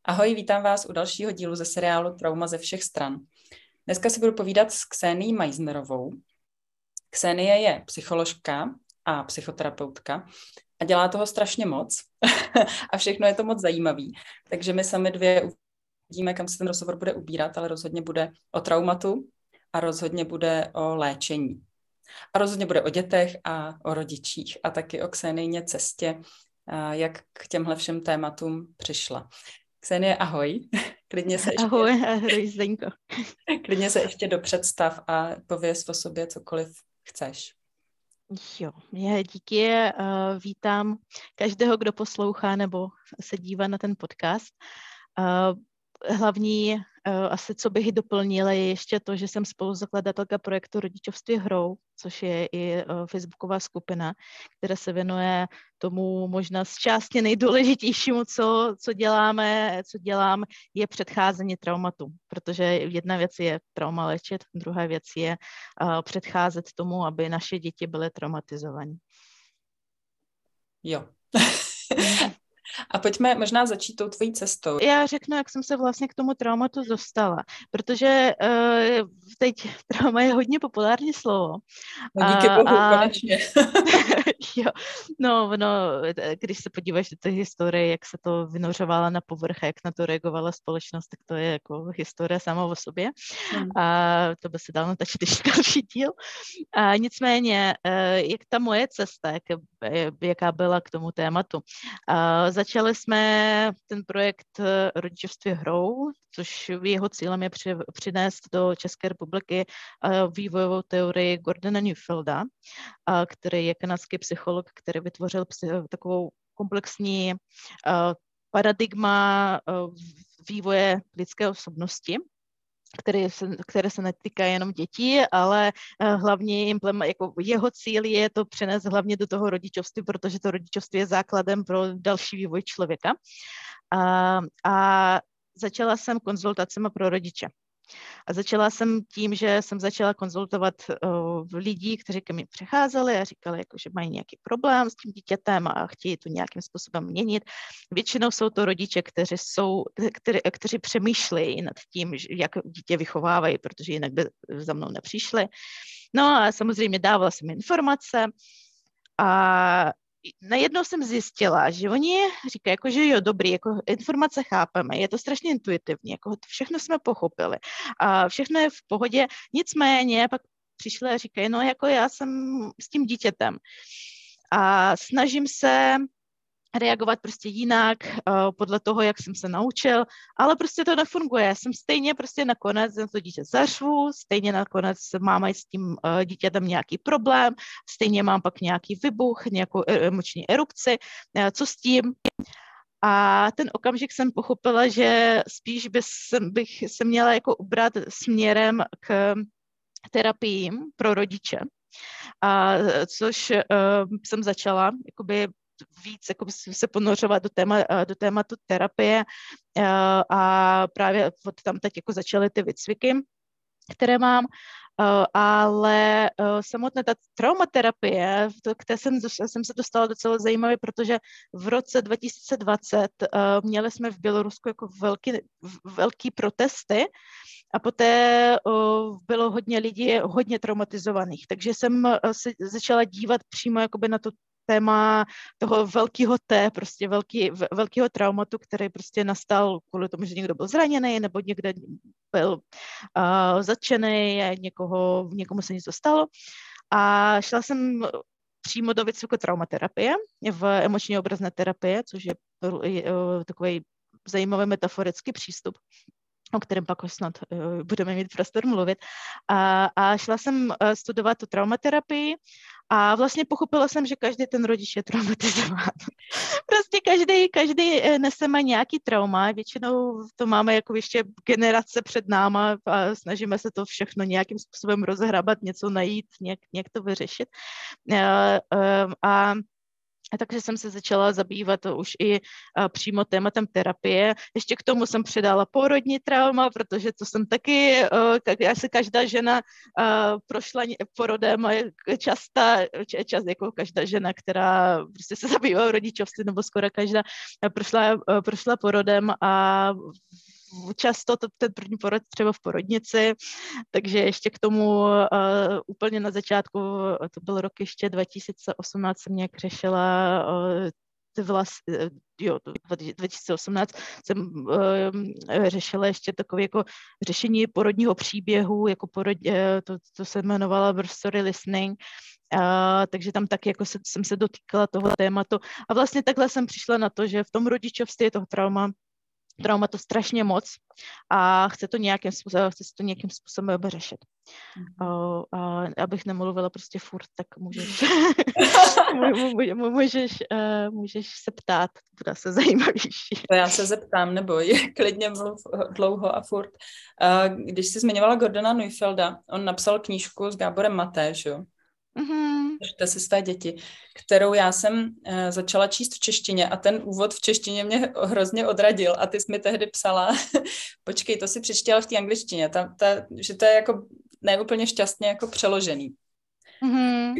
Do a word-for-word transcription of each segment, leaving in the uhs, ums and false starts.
Ahoj, vítám vás u dalšího dílu ze seriálu Trauma ze všech stran. Dneska si budu povídat s Ksenií Meissnerovou. Ksenie je psycholožka a psychoterapeutka a dělá toho strašně moc a všechno je to moc zajímavý. Takže my sami dvě uvidíme, kam se ten rozhovor bude ubírat, ale rozhodně bude o traumatu a rozhodně bude o léčení. A rozhodně bude o dětech a o rodičích a taky o Ksenijině cestě, jak k těmhle všem tématům přišla. Ksenie, ahoj. Klidně se ještě, ahoj, ahoj, Zdeňko. Klidně se ještě dopředstav a pověz o sobě cokoliv chceš. Jo, já díky, uh, vítám každého, kdo poslouchá nebo se dívá na ten podcast. Uh, hlavní, uh, asi co bych doplnila, je ještě to, že jsem spoluzakladatelka projektu Rodičovství hrou, což je i uh, facebooková skupina, která se věnuje tomu možná z části nejdůležitějšímu, co, co děláme, co dělám, je předcházení traumatu, protože jedna věc je trauma léčit, druhá věc je uh, předcházet tomu, aby naše děti byly traumatizované. Jo. A pojďme možná začít tou tvojí cestou. Já řeknu, jak jsem se vlastně k tomu traumatu dostala, protože uh, teď trauma je hodně populární slovo. No díky a, bohu, a... konečně. Jo, no, no, když se podíváš do té historie, jak se to vynořovalo na povrch, jak na to reagovala společnost, tak to je jako historie sama o sobě. Hmm. A to by se dalo natočit ještě další díl. A nicméně, jak ta moje cesta, jak, jaká byla k tomu tématu. A začali jsme ten projekt Rodičovství hrou, což jeho cílem je při, přinést do České republiky vývojovou teorii Gordona Neufelda, který je kanadský psycholog, který vytvořil takovou komplexní paradigma vývoje lidské osobnosti, které se, které se netýká jenom dětí, ale hlavně jako jeho cíl je to přenést hlavně do toho rodičovství, protože to rodičovství je základem pro další vývoj člověka. A, a začala jsem konzultacemi pro rodiče. A začala jsem tím, že jsem začala konzultovat uh, lidí, kteří ke mně přicházeli a říkali, jako, že mají nějaký problém s tím dítětem a chtějí to nějakým způsobem měnit. Většinou jsou to rodiče, kteří, jsou, kteří, kteří přemýšlejí nad tím, jak dítě vychovávají, protože jinak by za mnou nepřišli. No a samozřejmě dávala jsem informace a najednou jsem zjistila, že oni říkají, jako, že jo, dobrý, jako informace chápeme, je to strašně intuitivní, jako všechno jsme pochopili a všechno je v pohodě, nicméně pak přišli a říkají, no jako já jsem s tím dítětem a snažím se reagovat prostě jinak, uh, podle toho, jak jsem se naučil, ale prostě to nefunguje. Já jsem stejně prostě nakonec na to dítě zařvu, stejně nakonec mám s tím uh, dítětem nějaký problém, stejně mám pak nějaký vybuch, nějakou emoční erupci, uh, co s tím? A ten okamžik jsem pochopila, že spíš bych, bych se měla jako ubrat směrem k terapiím pro rodiče, a, což uh, jsem začala jakoby víc jako se ponořovat do, téma, do tématu terapie a právě od tam teď jako začaly ty výcviky, které mám, ale samotná ta traumaterapie, které jsem, jsem se dostala docela zajímavě, protože v roce dva tisíce dvacet měli jsme v Bělorusku jako velký, velký protesty a poté bylo hodně lidí hodně traumatizovaných, takže jsem se začala dívat přímo jakoby na to téma toho velkého T, prostě velký, velkého traumatu, který prostě nastal kvůli tomu, že někdo byl zraněný nebo někde byl uh, zatčený, někoho, někomu se něco stalo. A šla jsem přímo do výcviku traumaterapie, v emoční obrazné terapie, což je uh, takový zajímavý metaforický přístup, o kterém pak snad uh, budeme mít prostor mluvit. A, a šla jsem uh, studovat tu traumaterapii a vlastně pochopila jsem, že každý ten rodič je traumatizován. Prostě každý, každý neseme nějaký trauma, většinou to máme jako ještě generace před náma a snažíme se to všechno nějakým způsobem rozhrabat, něco najít, nějak, nějak to vyřešit. A, a A takže jsem se začala zabývat už i a, přímo tématem terapie. Ještě k tomu jsem přidala porodní trauma, protože to jsem taky, a, asi každá žena a, prošla porodem a je častá, čas jako každá žena, která prostě se zabývá rodičovství, nebo skoro každá, prošla, prošla porodem a často to, ten první porod třeba v porodnici, takže ještě k tomu uh, úplně na začátku, to byl rok ještě dva tisíce osmnáct, jsem nějak řešila uh, ty vlast, uh, jo, dva tisíce osmnáct jsem uh, řešila ještě takové jako řešení porodního příběhu, jako porod, uh, to, to se jmenovalo birth story listening. Uh, takže tam taky jako se, jsem se dotýkala toho tématu a vlastně takhle jsem přišla na to, že v tom rodičovství je toho trauma trauma to strašně moc a chce to nějakým způsobem, chce to nějakým způsobem řešit. Mm-hmm. Uh, a abych nemluvila prostě furt, tak můžeš, můžeš, uh, můžeš se ptát, to bude se zajímavější. To já se zeptám, neboj, klidně mluv dlouho a furt. Uh, když jsi zmiňovala Gordona Neufelda, on napsal knížku s Gáborem Maté, že jo? Mm-hmm. Držte si své děti, kterou já jsem uh, začala číst v češtině a ten úvod v češtině mě hrozně odradil a ty jsi mi tehdy psala, počkej, to si přečtěla v té angličtině, ta, ta, že to je jako neúplně šťastně jako přeložený. Mm-hmm.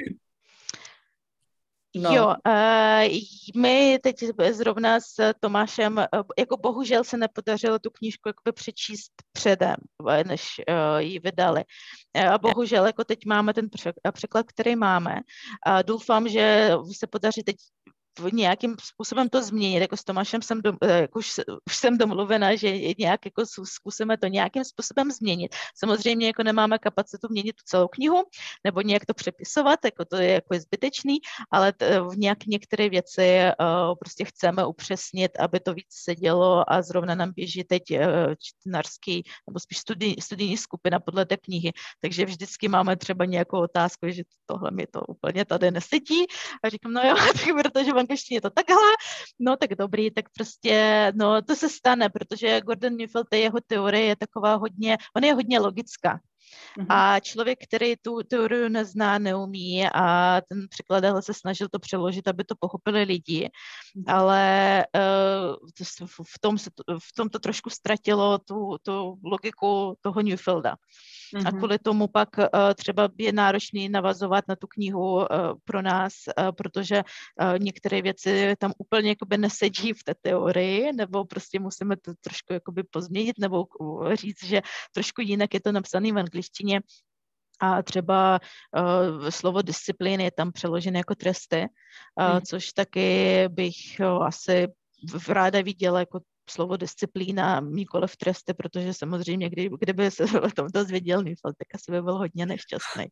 No. Jo, uh, my teď zrovna s Tomášem, uh, jako bohužel se nepodařilo tu knížku jakoby přečíst předem, než uh, ji vydali. A uh, bohužel jako teď máme ten překlad, který máme. A uh, doufám, že se podaří teď nějakým způsobem to změnit, jako s Tomášem jsem, do, jako už, už jsem domluvena, že nějak jako zkusíme to nějakým způsobem změnit. Samozřejmě jako nemáme kapacitu měnit tu celou knihu, nebo nějak to přepisovat, jako to je jako je zbytečný, ale t, v nějak některé věci uh, prostě chceme upřesnit, aby to víc sedělo a zrovna nám běží teď uh, čtenářský, nebo spíš studi, studijní skupina podle té knihy, takže vždycky máme třeba nějakou otázku, že tohle mi to úplně tady nesedí a říkám, no jo, tak protože angličtině je to takhle, no tak dobrý, tak prostě, no to se stane, protože Gordon Neufeld, jeho teorie je taková hodně, on je hodně logická. Mm-hmm. A člověk, který tu teorii nezná, neumí a ten překladatel se snažil to přeložit, aby to pochopili lidi, mm-hmm. ale uh, v, tom se to, v tom to trošku ztratilo tu, tu logiku toho Neufelda. Mm-hmm. A kvůli tomu pak uh, třeba je náročný navazovat na tu knihu uh, pro nás, uh, protože uh, některé věci tam úplně jakoby nesedí v té teorii, nebo prostě musíme to trošku jakoby pozměnit, nebo říct, že trošku jinak je to napsané v angličtině. A třeba uh, slovo disciplín je tam přeložené jako tresty, uh, mm. což taky bych uh, asi ráda viděla jako slovo disciplína, nikoliv tresty, protože samozřejmě, kdy, kdyby se o tom dozvěděl Neufeld, tak asi by byl hodně nešťastný.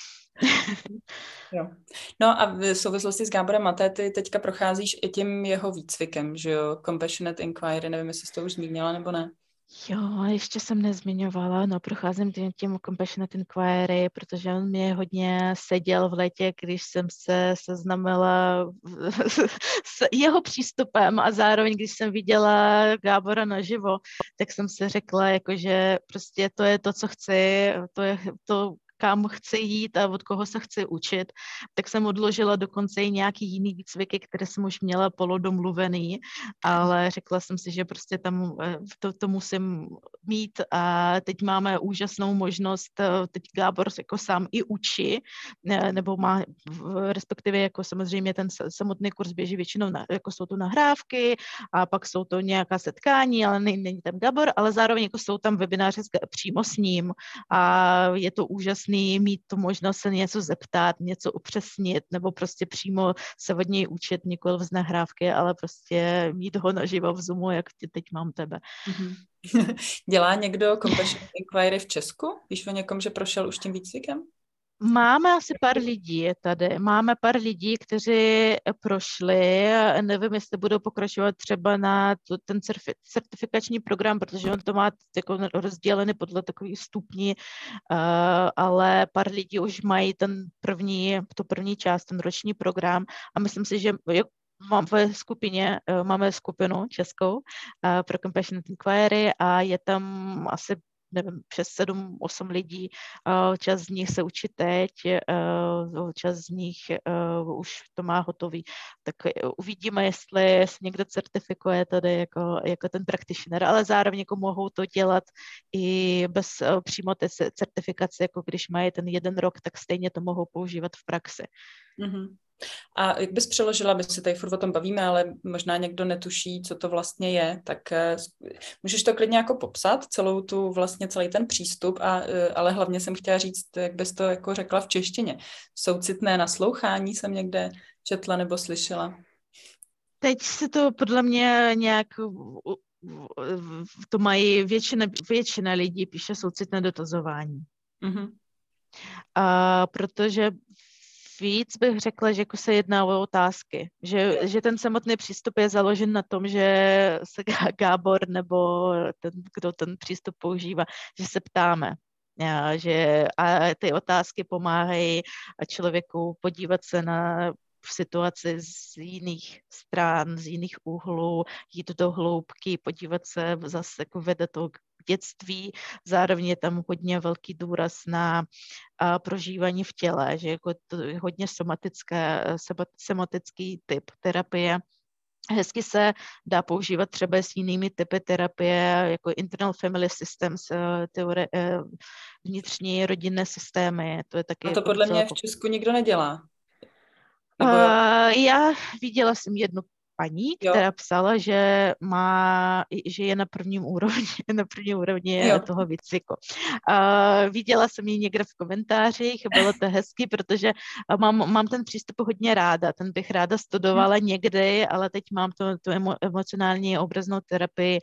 Jo. No a v souvislosti s Gáborem Maté ty teďka procházíš i tím jeho výcvikem, že jo? Compassionate Inquiry, nevím, jestli jsi to už zmínila nebo ne. Jo, ještě jsem nezmiňovala, no procházím tím, tím Compassionate Inquiry, protože on mě hodně seděl v létě, když jsem se seznámila s jeho přístupem a zároveň, když jsem viděla Gábora naživo, tak jsem si řekla, jakože prostě to je to, co chci, to je to, kam chci jít a od koho se chci učit, tak jsem odložila dokonce i nějaký jiný výcviky, které jsem už měla polodomluvený, ale řekla jsem si, že prostě tam to, to musím mít a teď máme úžasnou možnost, teď Gábor jako sám i učí, nebo má, respektive jako samozřejmě ten samotný kurz běží většinou, na, jako jsou to nahrávky a pak jsou to nějaká setkání, ale není, není tam Gábor, ale zároveň jako jsou tam webináře přímo s ním a je to úžasný mít tu možnost se něco zeptat, něco upřesnit, nebo prostě přímo se od něj učit, nikoliv z nahrávky, ale prostě mít ho naživo v Zoomu, jak teď mám tebe. Mm-hmm. Dělá někdo Compassionate Inquiry v Česku? Víš o někom, že prošel už tím výcvikem? Máme asi pár lidí tady. Máme pár lidí, kteří prošli. Nevím, jestli budou pokračovat třeba na tu, ten certifikační program, protože on to má jako rozdělený podle takových stupní, uh, ale pár lidí už mají ten první, tu první část, ten roční program a myslím si, že mám ve skupině, máme skupinu českou uh, pro Compassionate Inquiry a je tam asi nevím, přes sedm, osm lidí, čas z nich se učí teď, čas z nich už to má hotový. Tak uvidíme, jestli se někdo certifikuje tady jako, jako ten practitioner, ale zároveň jako mohou to dělat i bez přímo té certifikace, jako když mají ten jeden rok, tak stejně to mohou používat v praxi. Mm-hmm. A jak bys přeložila, my se tady furt o tom bavíme, ale možná někdo netuší, co to vlastně je, tak uh, můžeš to klidně jako popsat, celou tu vlastně celý ten přístup, a, uh, ale hlavně jsem chtěla říct, jak bys to jako řekla v češtině. Soucitné naslouchání jsem někde četla nebo slyšela. Teď se to podle mě nějak, to mají většina, většina lidí píše soucitné dotazování. Mm-hmm. A protože víc bych řekla, že jako se jedná o otázky, že, že ten samotný přístup je založen na tom, že se Gábor nebo ten, kdo ten přístup používá, že se ptáme. A, že, a ty otázky pomáhají člověku podívat se na situaci z jiných stran, z jiných úhlů, jít do hloubky, podívat se, zase jako vede to k dětství, zároveň je tam hodně velký důraz na a, prožívání v těle, že jako to je hodně somatické, somatický typ terapie. Hezky se dá používat třeba s jinými typy terapie, jako internal family systems, teorie, vnitřní rodinné systémy. To je taky a to jako podle mě v Česku nikdo nedělá. Nebo... Uh, já viděla jsem jednu paní, která jo. psala, že má, že je na prvním úrovni, na první úrovni jo. toho výcviku. Uh, viděla jsem ji někde v komentářích, bylo to hezky, protože mám, mám ten přístup hodně ráda, ten bych ráda studovala hmm. někdy, ale teď mám tu, tu emo, emocionální obraznou terapii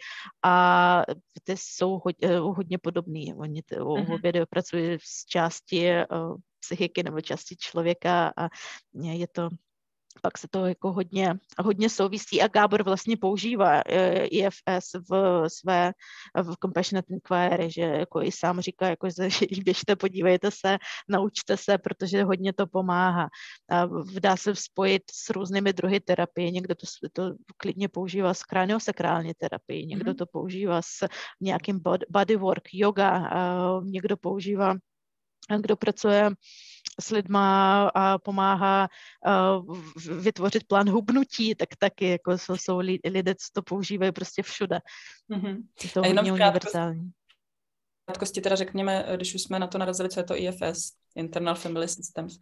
a ty jsou hodně, hodně podobný. Oni hmm. obě pracují s části uh, psychiky nebo části člověka a je to, pak se to jako hodně, hodně souvisí a Gábor vlastně používá I F S v své v Compassionate Inquiry, že jako i sám říká, jako, že běžte, podívejte se, naučte se, protože hodně to pomáhá. A dá se spojit s různými druhy terapie, někdo to, to klidně používá s kraniosakrální terapii, někdo to používá s nějakým bodywork, yoga, někdo používá kdo pracuje s lidma a pomáhá uh, vytvořit plán hubnutí, tak taky jako jsou, jsou lidé, co to používají prostě všude. Mm-hmm. Je to hodně univerzální. V krátkosti teda řekněme, když už jsme na to narazili, co je to I F S, Internal Family Systems.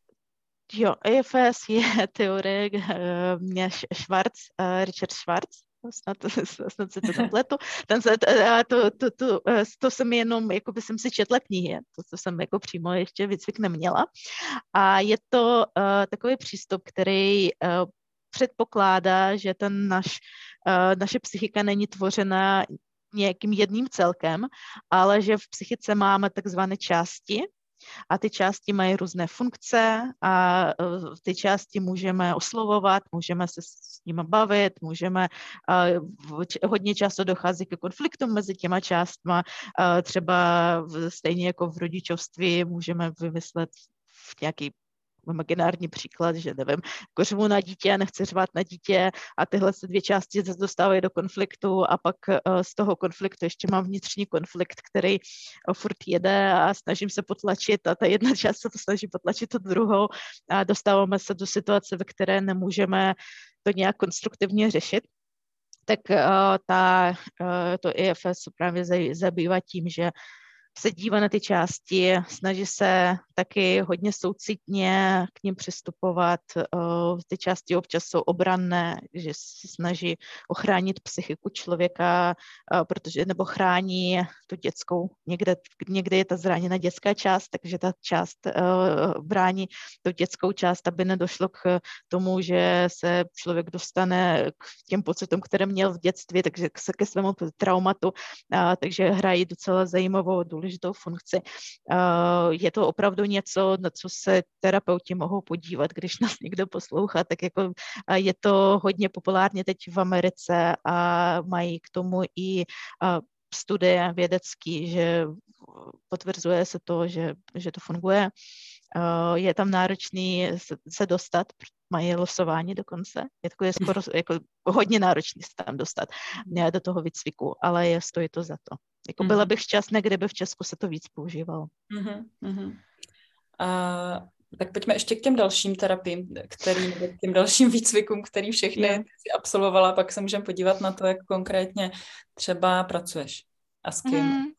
Jo, I F S je teorie uh, Schwarz, uh, Richard Schwarz, snad, snad se to zapletu. Ten se, to, to, to, to jsem jenom, jako by jsem si četla knihy, to, to jsem jako přímo ještě výcvik neměla. A je to uh, takový přístup, který uh, předpokládá, že ten naš, uh, naše psychika není tvořena nějakým jedním celkem, ale že v psychice máme takzvané části, a ty části mají různé funkce a ty části můžeme oslovovat, můžeme se s nimi bavit, můžeme, hodně často dochází ke konfliktům mezi těma částma, třeba stejně jako v rodičovství můžeme vymyslet v nějaký imaginární příklad, že nevím, jako řvu na dítě a nechci řvát na dítě a tyhle se dvě části zase dostávají do konfliktu a pak uh, z toho konfliktu ještě mám vnitřní konflikt, který uh, furt jede a snažím se potlačit a ta jedna část se to snaží potlačit tu druhou a dostáváme se do situace, ve které nemůžeme to nějak konstruktivně řešit. Tak uh, ta, uh, to I F S právě zabývá tím, že se dívá na ty části, snaží se taky hodně soucitně k ním přistupovat. Ty části občas jsou obranné, že se snaží ochránit psychiku člověka, protože nebo chrání tu dětskou. Někde, někde je ta zraněna dětská část, takže ta část brání tu dětskou část, aby nedošlo k tomu, že se člověk dostane k těm pocitům, které měl v dětství, takže se ke svému traumatu. Takže hrají docela zajímavou důležitou funkci. Je to opravdu něco, na co se terapeuti mohou podívat, když nás někdo poslouchá, tak jako je to hodně populárně teď v Americe a mají k tomu i studie vědecký, že potvrzuje se to, že, že to funguje. Je tam náročný se, se dostat, mají losování dokonce. Je, to skoro jako hodně náročný se tam dostat do toho výcviku, ale je, stojí to za to. Jako byla bych šťastná, kdyby v Česku se to víc používalo. Mm-hmm, mm-hmm. A tak pojďme ještě k těm dalším terapiím, který, k těm dalším výcvikům, který všechny yeah. si absolvovala, pak se můžeme podívat na to, jak konkrétně třeba pracuješ a s kým. Mm.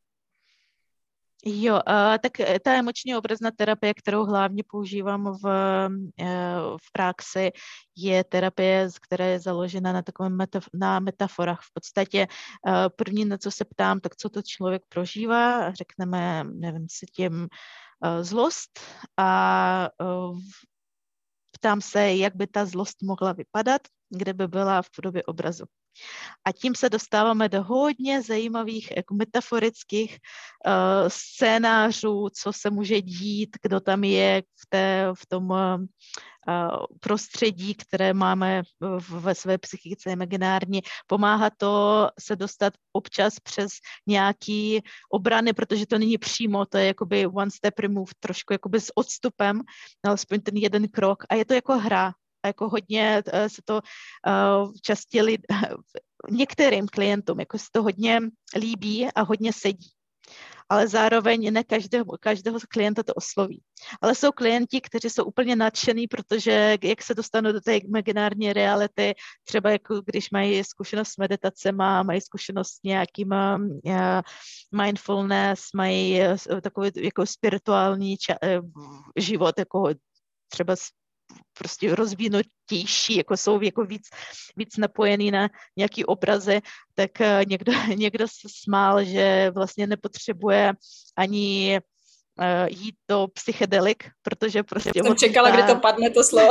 Jo, uh, tak ta emoční obrazná terapie, kterou hlavně používám v, uh, v praxi, je terapie, která je založena na takovém metaf- na metaforách. V podstatě uh, první, na co se ptám, tak co to člověk prožívá, řekneme, nevím, si tím uh, zlost a uh, ptám se, jak by ta zlost mohla vypadat, kde by byla v podobě obrazu. A tím se dostáváme do hodně zajímavých jako metaforických uh, scénářů, co se může dít, kdo tam je v, té, v tom uh, prostředí, které máme v, ve své psychice imaginární. Pomáhá to se dostat občas přes nějaký obrany, protože to není přímo, to je jakoby one step remove, trošku jakoby s odstupem, alespoň ten jeden krok. A je to jako hra. A jako hodně se to uh, častě lid, některým klientům jako se to hodně líbí a hodně sedí. Ale zároveň ne každého, každého klienta to osloví. Ale jsou klienti, kteří jsou úplně nadšený, protože jak se dostanou do té imaginární reality, třeba jako když mají zkušenost s meditacema, mají zkušenost s nějakým uh, mindfulness, mají uh, takový jako spirituální ča- uh, život, jako třeba prostě rozvinutější, jako jsou jako víc, víc napojený na nějaký obrazy, tak někdo, někdo se smál, že vlastně nepotřebuje ani uh, jít do psychedelik, protože prostě jsem odlítá, čekala, kdy to padne to slovo.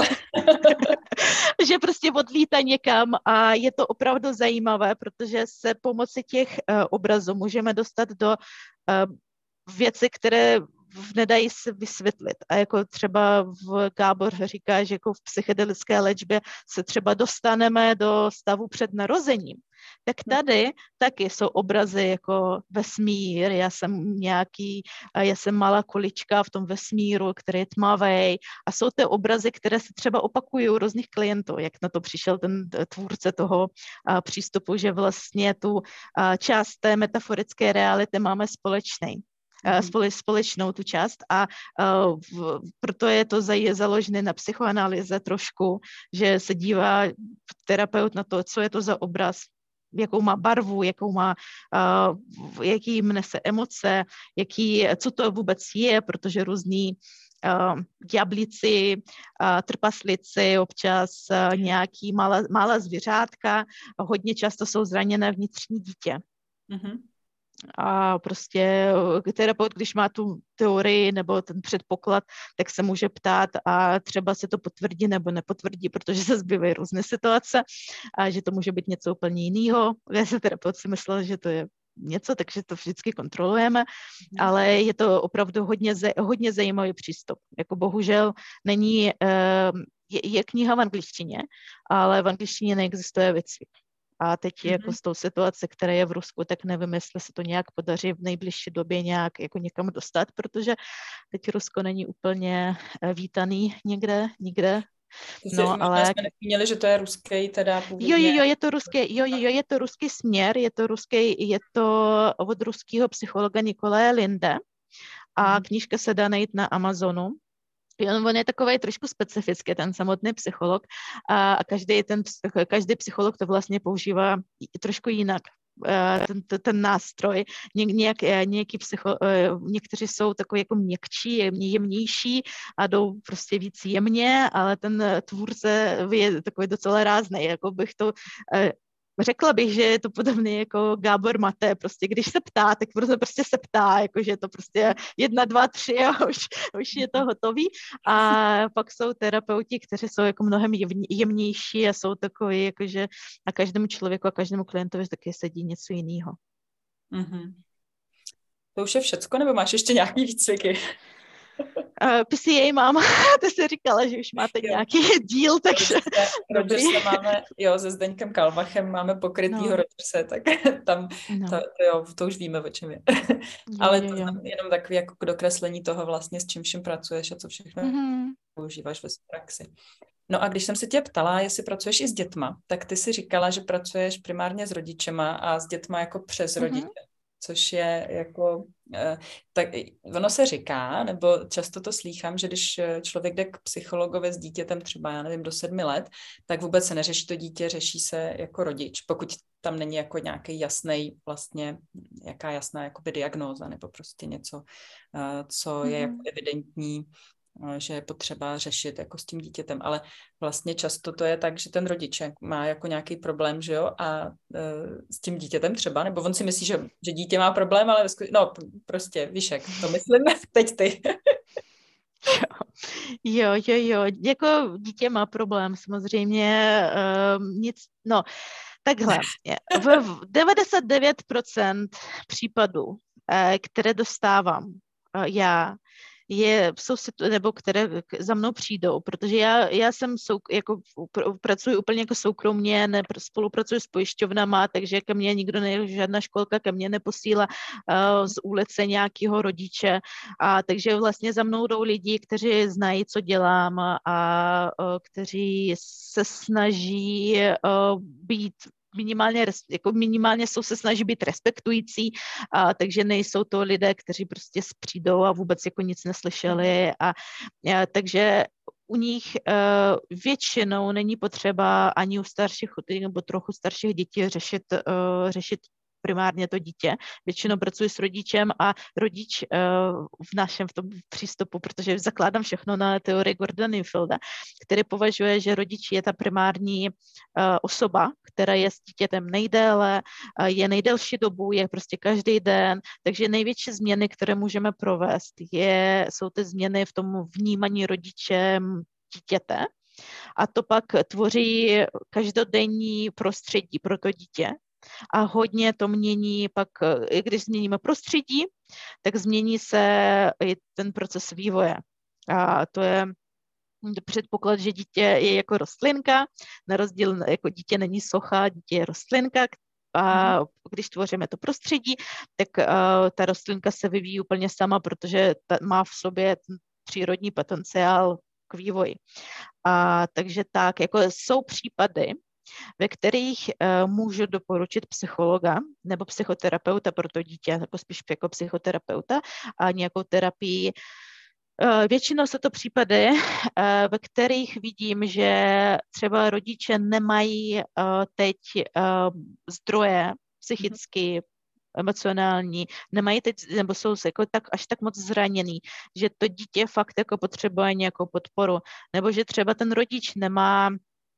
že prostě odlítá někam a je to opravdu zajímavé, protože se pomocí těch uh, obrazů můžeme dostat do uh, věci, které nedají se vysvětlit. A jako třeba v Gábor říká, že jako v psychedelické léčbě se třeba dostaneme do stavu před narozením. Tak tady taky jsou obrazy jako vesmír, já jsem nějaký, já jsem malá kulička v tom vesmíru, který je tmavý a jsou to obrazy, které se třeba opakují u různých klientů, jak na to přišel ten tvůrce toho a, přístupu, že vlastně tu a, část té metaforické reality máme společný. Spole, společnou tu část a uh, v, proto je to zaj, založené na psychoanalýze trošku, že se dívá terapeut na to, co je to za obraz, jakou má barvu, jakou má, uh, jaký nese emoce, jaký, co to vůbec je, protože různý uh, ďáblíci, uh, trpaslíci, občas uh, nějaký malá, malá zvířátka, hodně často jsou zraněné vnitřní dítě. Mm-hmm. A prostě terapeut, když má tu teorii nebo ten předpoklad, tak se může ptát a třeba se to potvrdí nebo nepotvrdí, protože se zbývají různé situace a že to může být něco úplně jiného. Já se terapeut si myslel, že to je něco, takže to vždycky kontrolujeme, mm. ale je to opravdu hodně, hodně zajímavý přístup. Jako bohužel není, je, je kniha v angličtině, ale v angličtině neexistuje výcvik. A teď mm-hmm. jako s tou situací, která je v Rusku, tak nevím, jestli se to nějak podaří v nejbližší době nějak jako někam dostat, protože teď Rusko není úplně vítaný někde, nikde. No, ale jsme nezmínili, že to je ruský teda původně. Jo, jo, jo, je to ruský, jo, jo, je to ruský směr, je to ruský, je to od ruského psychologa Nikolaje Linde a knížka se dá najít na Amazonu. On je takový trošku specifický, ten samotný psycholog a každý, ten, každý psycholog to vlastně používá trošku jinak. Ten, ten, ten nástroj. Ně, nějak, nějaký psycho, někteří jsou takový jako měkčí, jemnější a jdou prostě víc jemně, ale ten tvůrce je takový docela ráznej, jako bych to řekla bych, že je to podobné jako Gábor Mate, prostě když se ptá, tak prostě se ptá, jakože je to prostě jedna, dva, tři a už, už je to hotový. A pak jsou terapeuti, kteří jsou jako mnohem jemnější a jsou takový, jakože a každému člověku a každému klientovi taky sedí něco jiného. Mm-hmm. To už je všecko, nebo máš ještě nějaký výcviky? Uh, P C A mám, ty jsi říkala, že už máte jo. nějaký díl, takže... Rogerse máme, jo, se Zdeňkem Kalmachem máme pokrytýho no. Rogerse, tak tam, no. to, to jo, to už víme, o čem je. Jo, ale to je jenom takový jako k dokreslení toho vlastně, s čím vším pracuješ a co všechno mm-hmm. používáš ve praxi. No a když jsem se tě ptala, jestli pracuješ i s dětma, tak ty si říkala, že pracuješ primárně s rodičema a s dětma jako přes mm-hmm. rodiče. což je jako, tak ono se říká, nebo často to slýchám, že když člověk jde k psychologovi s dítětem třeba, já nevím, do sedmi let, tak vůbec se neřeší to dítě, řeší se jako rodič, pokud tam není jako nějaký jasný vlastně, jaká jasná jakoby diagnóza, nebo prostě něco, co je jako evidentní, že je potřeba řešit jako s tím dítětem, ale vlastně často to je tak, že ten rodič má jako nějaký problém, že jo, a e, s tím dítětem třeba, nebo on si myslí, že, že dítě má problém, ale no prostě, víš jak, to myslím, teď ty. Jo, jo, jo, jako dítě má problém, samozřejmě, um, nic, no, takhle, v devadesát devět procent případů, které dostávám já, je, jsou nebo které za mnou přijdou, protože já, já jsem sou, jako pracuji úplně jako soukromně, ne, spolupracuji s pojišťovnama, takže ke mně nikdo, ne, žádná školka ke mně neposílá uh, z ulice nějakého rodiče, a takže vlastně za mnou jdou lidi, kteří znají, co dělám, a, a kteří se snaží uh, být minimálně, jako minimálně jsou se snaží být respektující, a takže nejsou to lidé, kteří prostě přijdou a vůbec jako nic neslyšeli, a, a takže u nich uh, většinou není potřeba ani u starších nebo trochu starších dětí řešit, uh, řešit primárně to dítě. Většinou pracuji s rodičem a rodič uh, v našem v tom přístupu, protože zakládám všechno na teorii Gordona Neufelde, který považuje, že rodič je ta primární uh, osoba, která je s dítětem nejdéle, uh, je nejdelší dobu, je prostě každý den, takže největší změny, které můžeme provést, je, jsou ty změny v tom vnímání rodičem dítěte, a to pak tvoří každodenní prostředí pro to dítě. A hodně to mění pak, i když změníme prostředí, tak změní se i ten proces vývoje. A to je předpoklad, že dítě je jako rostlinka, na rozdíl, jako dítě není socha, dítě je rostlinka, a když tvoříme to prostředí, tak uh, ta rostlinka se vyvíjí úplně sama, protože ta, má v sobě ten přírodní potenciál k vývoji. A takže tak, jako jsou případy, ve kterých uh, můžu doporučit psychologa nebo psychoterapeuta pro to dítě, jako spíš jako psychoterapeuta a nějakou terapii. Uh, většinou jsou to případy, uh, ve kterých vidím, že třeba rodiče nemají uh, teď uh, zdroje psychicky, emocionální, nemají teď, nebo jsou jako tak, až tak moc zraněný, že to dítě fakt jako potřebuje nějakou podporu, nebo že třeba ten rodič nemá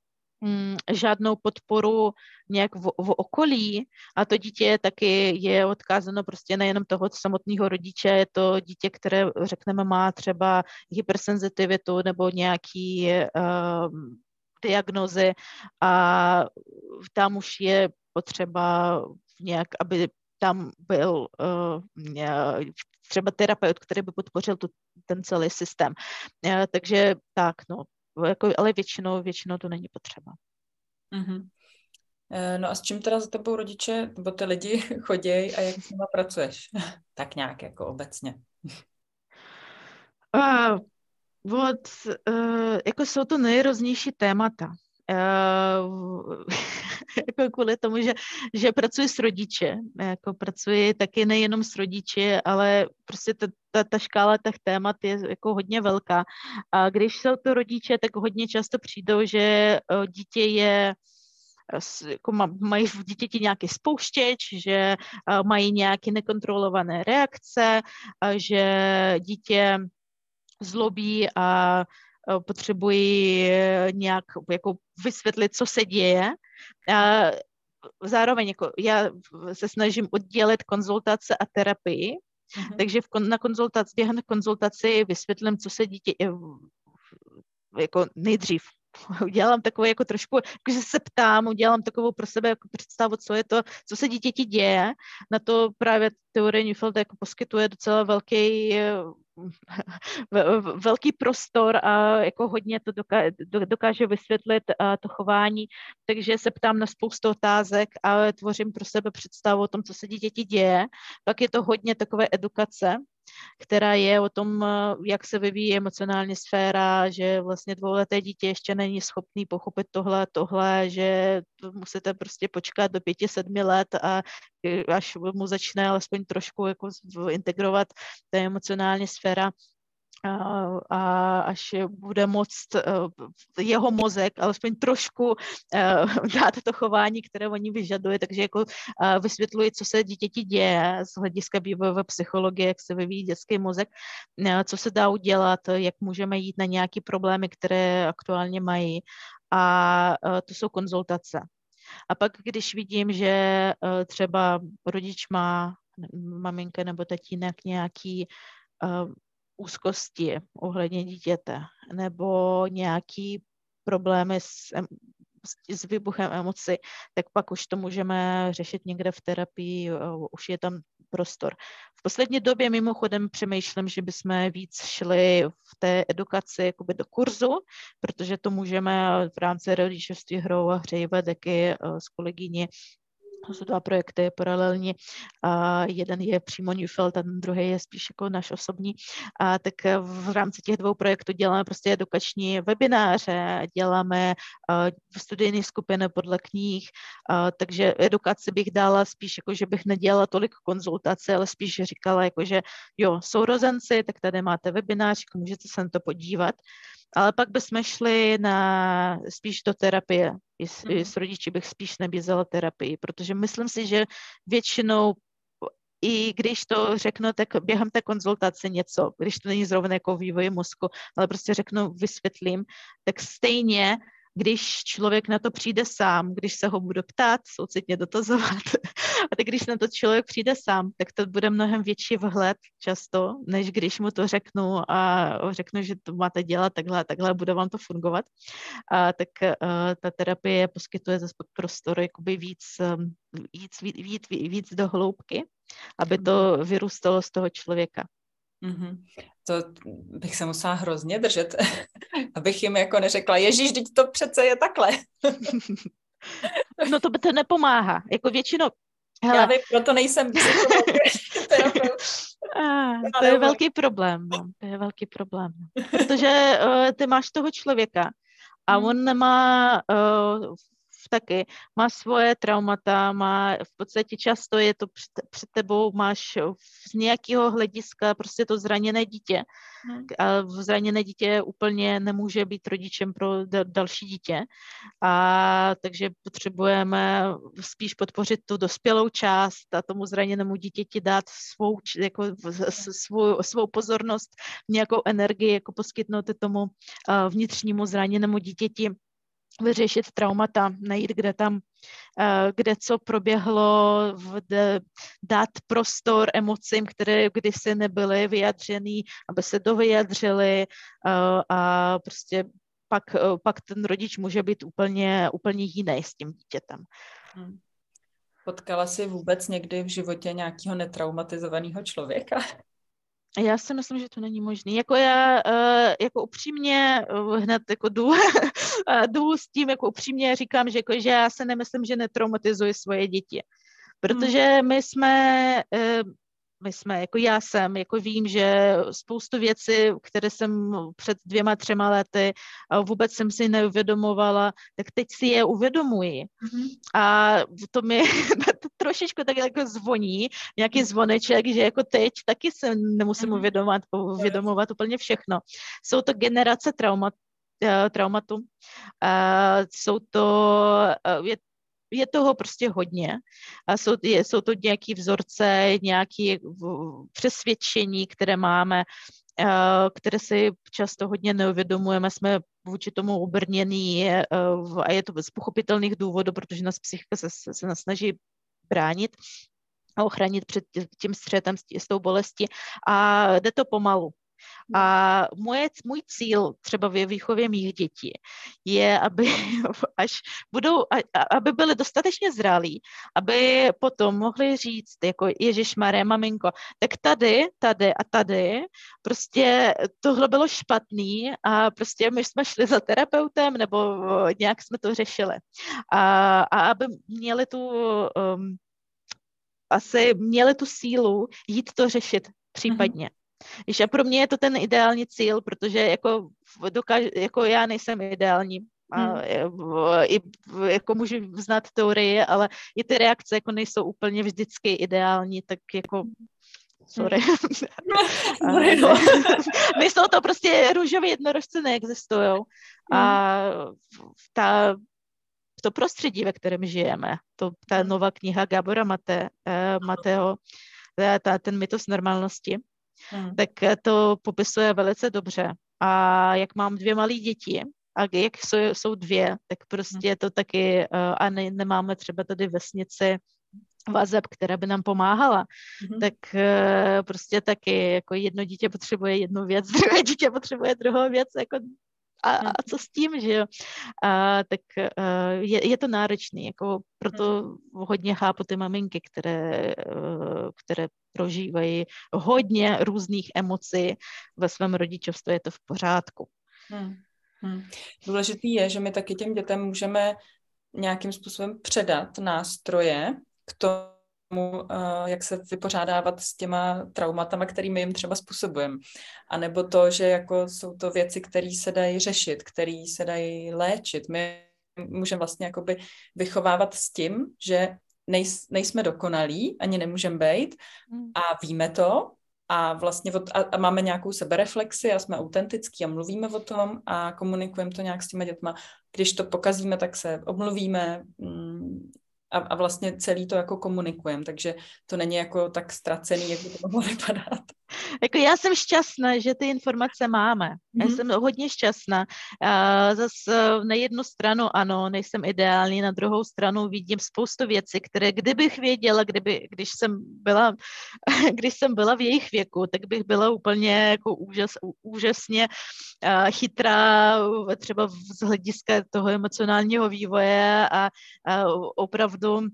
žádnou podporu nějak v, v okolí, a to dítě taky je odkázáno prostě nejenom toho samotného rodiče, je to dítě, které, řekneme, má třeba hypersenzitivitu nebo nějaký uh, diagnózy, a tam už je potřeba nějak, aby tam byl uh, třeba terapeut, který by podpořil tu, ten celý systém. Uh, takže tak, no, jako, ale většinou, většinou to není potřeba. Mm-hmm. No a s čím teda za tebou rodiče, nebo ty lidi chodějí a jak s nima pracuješ? Tak nějak jako obecně. Uh, od, uh, jako jsou to nejrůznější témata. Uh, jako kvůli tomu, že, že pracuji s rodiči, jako pracuji taky nejenom s rodiči, ale prostě ta, ta, ta škála těch témat je jako hodně velká. A když jsou to rodiče, tak hodně často přijdou, že uh, dítě je jako mají v dítěti nějaký spouštěč, že uh, mají nějaké nekontrolované reakce, uh, že dítě zlobí a potřebují nějak jako vysvětlit, co se děje. A zároveň jako já se snažím oddělit konzultace a terapii, mm-hmm. takže v, na konzultaci, během konzultaci vysvětlím, co se dítě jako nejdřív. Udělám takové jako trošku, když se ptám, udělám takovou pro sebe jako představu, co je to, co se dítěti děje. Na to právě teorie Neufelde jako poskytuje docela velký velký prostor a jako hodně to dokáže, dokáže vysvětlit to chování, takže se ptám na spoustu otázek a tvořím pro sebe představu o tom, co se dítěti děje. Pak je to hodně takové edukace, která je o tom, jak se vyvíjí emocionální sféra, že vlastně dvouleté dítě ještě není schopný pochopit tohle, tohle, že musíte prostě počkat do pěti, sedmi let a až mu začne alespoň trošku jako integrovat ta emocionální sféra, A, a až bude moct uh, jeho mozek alespoň trošku uh, dát to chování, které oni vyžadují, takže jako uh, vysvětluji, co se dítěti děje z hlediska vývojové psychologie, jak se vyvíjí dětský mozek, uh, co se dá udělat, jak můžeme jít na nějaké problémy, které aktuálně mají, a uh, to jsou konzultace. A pak, když vidím, že uh, třeba rodič má, maminka nebo tatínek, nějaký uh, úzkosti ohledně dítěte nebo nějaký problémy s, s výbuchem emocí, tak pak už to můžeme řešit někde v terapii, už je tam prostor. V poslední době mimochodem přemýšlím, že bychom víc šli v té edukaci jakoby do kurzu, protože to můžeme v rámci rodičovství hrou a hřejivé taky s kolegyní. To jsou dva projekty paralelní. A jeden je přímo Neufeld a ten druhý je spíš jako náš osobní. A tak v rámci těch dvou projektů děláme prostě edukační webináře, děláme uh, studijní skupiny podle knih, uh, takže edukaci bych dala spíš jako, že bych nedělala tolik konzultace, ale spíš říkala jako, že jo, sourozenci, tak tady máte webinář, můžete se na to podívat. Ale pak bychom šli na, spíš do terapie. I s, mm. i s rodiči bych spíš nabízela terapii, protože myslím si, že většinou, i když to řeknu, tak během té konzultace něco, když to není zrovna jako vývoj mozku, ale prostě řeknu, vysvětlím, tak stejně, když člověk na to přijde sám, když se ho budu ptát, soucitně dotazovat, a tak když na to člověk přijde sám, tak to bude mnohem větší vhled často, než když mu to řeknu a řeknu, že to máte dělat takhle a takhle, bude vám to fungovat. A tak uh, ta terapie poskytuje zase prostor jakoby víc, um, víc, víc, víc, víc do hloubky, aby to vyrůstalo z toho člověka. Mm-hmm. To bych se musela hrozně držet, abych jim jako neřekla, ježíš, teď to přece je takhle. No to by to nepomáhá. Jako většinou... Hele. Já vím, proto nejsem psycholog, terapeut. To je velký problém. No. To je velký problém. Protože uh, ty máš toho člověka a hmm. on nemá... Uh, taky má svoje traumata, má v podstatě často je to před tebou, máš z nějakého hlediska prostě to zraněné dítě. Hmm. A zraněné dítě úplně nemůže být rodičem pro další dítě. A takže potřebujeme spíš podpořit tu dospělou část a tomu zraněnému dítěti dát svou, jako, svou, svou pozornost, nějakou energii, jako poskytnout tomu vnitřnímu zraněnému dítěti, vyřešit traumata, najít, kde tam, kde co proběhlo, dát prostor emocím, které kdysi nebyly vyjadřený, aby se dovyjadřili a prostě pak, pak ten rodič může být úplně, úplně jiný s tím dítětem. Hmm. Potkala jsi vůbec někdy v životě nějakého netraumatizovaného člověka? Já si myslím, že to není možné. Jako já jako upřímně hned jako jdu, jdu s tím, jako upřímně říkám, že, jako, že já se nemyslím, že netraumatizuji svoje děti. Protože my jsme, my jsme, jako já jsem, jako vím, že spoustu věcí, které jsem před dvěma, třema lety vůbec jsem si neuvědomovala, tak teď si je uvědomuji. Mm-hmm. A to mi to trošičku tak jako zvoní, nějaký zvoneček, že jako teď taky se nemusím uvědomovat, uvědomovat úplně všechno. Jsou to generace traumat, traumatu. Jsou to, je Je toho prostě hodně a jsou, je, jsou to nějaké vzorce, nějaké přesvědčení, které máme, které si často hodně neuvědomujeme, jsme vůči tomu obrnění a je to z pochopitelných důvodů, protože nás psychika se, se nás snaží bránit a ochránit před tím střetem s, s tou bolestí a jde to pomalu. A moje, můj cíl třeba ve výchově mých dětí je, aby až budou, aby byli dostatečně zralí, aby potom mohli říct, jako Ježišmaré, maminko, tak tady, tady a tady, prostě tohle bylo špatný a prostě my jsme šli za terapeutem nebo nějak jsme to řešili. A, a aby měli tu, um, asi měli tu sílu jít to řešit případně. Mm-hmm. Víš, a pro mě je to ten ideální cíl, protože jako, dokáž, jako já nejsem ideální. A hmm. i, jako můžu znát teorie, ale i ty reakce jako nejsou úplně vždycky ideální, tak jako sorry. Hmm. no. Nejsou to prostě růžové jednorožce neexistují. Hmm. A ta, to prostředí, ve kterém žijeme, to, ta nová kniha Gábora Mate, Mateo, ta, ten mytos normálnosti, hmm. tak to popisuje velice dobře. A jak mám dvě malé děti, a jak jsou, jsou dvě, tak prostě to taky, a ne, nemáme třeba tady vesnici vazeb, která by nám pomáhala, mm-hmm. tak prostě taky jako jedno dítě potřebuje jednu věc, druhé dítě potřebuje druhou věc, jako a, a co s tím, že jo? A, tak je, je to náročný, jako proto hodně chápu ty maminky, které, které prožívají hodně různých emocí ve svém rodičovství, je to v pořádku. Hmm. Hmm. Důležitý je, že my taky těm dětem můžeme nějakým způsobem předat nástroje k tomu, jak se vypořádávat s těma traumatama, kterými jim třeba způsobujeme. A nebo to, že jako jsou to věci, které se dají řešit, které se dají léčit. My můžeme vlastně jakoby vychovávat s tím, že nejs, nejsme dokonalí, ani nemůžeme být a víme to, a vlastně od, a, a máme nějakou sebereflexi a jsme autentický a mluvíme o tom a komunikujeme to nějak s těma dětma. Když to pokazíme, tak se omluvíme mm, a, a vlastně celý to jako komunikujeme, takže to není jako tak ztracený, jak by to mohlo vypadat. Jako já jsem šťastná, že ty informace máme. Mm-hmm. Já jsem hodně šťastná. Uh, zase na jednu stranu ano, nejsem ideální, na druhou stranu vidím spoustu věcí, které kdybych věděla, kdyby, když jsem byla, když jsem byla v jejich věku, tak bych byla úplně jako úžas, úžasně uh, chytrá, třeba z hlediska toho emocionálního vývoje a, a opravdu uh,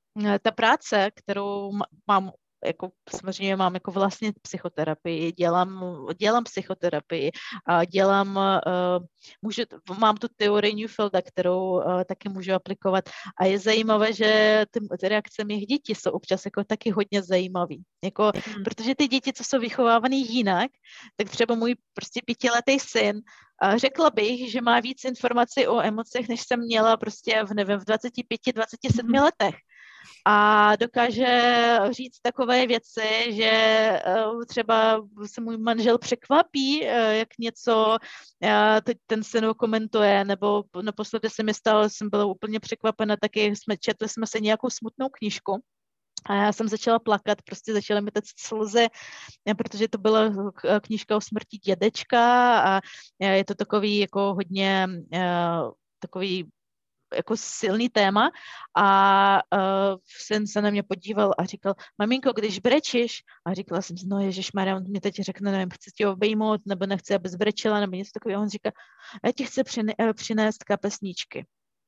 ta práce, kterou mám jako samozřejmě mám jako vlastně psychoterapii, dělám, dělám psychoterapii a dělám, uh, můžu, mám tu teorii Neufelda, kterou uh, taky můžu aplikovat a je zajímavé, že ty, ty reakce mých dětí jsou občas jako taky hodně zajímavý, jako, mm. protože ty děti, co jsou vychovávané jinak, tak třeba můj prostě pětiletý syn, uh, řekla bych, že má víc informací o emocích, než jsem měla prostě v, nevím, v dvaceti pěti, dvaceti sedmi mm. letech. A dokáže říct takové věci, že třeba se můj manžel překvapí, jak něco teď ten syn komentuje, nebo naposledy se mi stalo, jsem byla úplně překvapena, taky jsme četli jsme se nějakou smutnou knížku. A já jsem začala plakat, prostě začaly mi teď slzy, protože to byla knížka o smrti dědečka a je to takový jako hodně takový jako silný téma a uh, syn se na mě podíval a říkal, maminko, když brečíš, a říkala jsem, no ježišmarja, on mě teď řekne, nevím, chci tě obejmout, nebo nechci, abys brečela, nebo něco takového, on říká, já ti chci přine- přinést kapesníčky.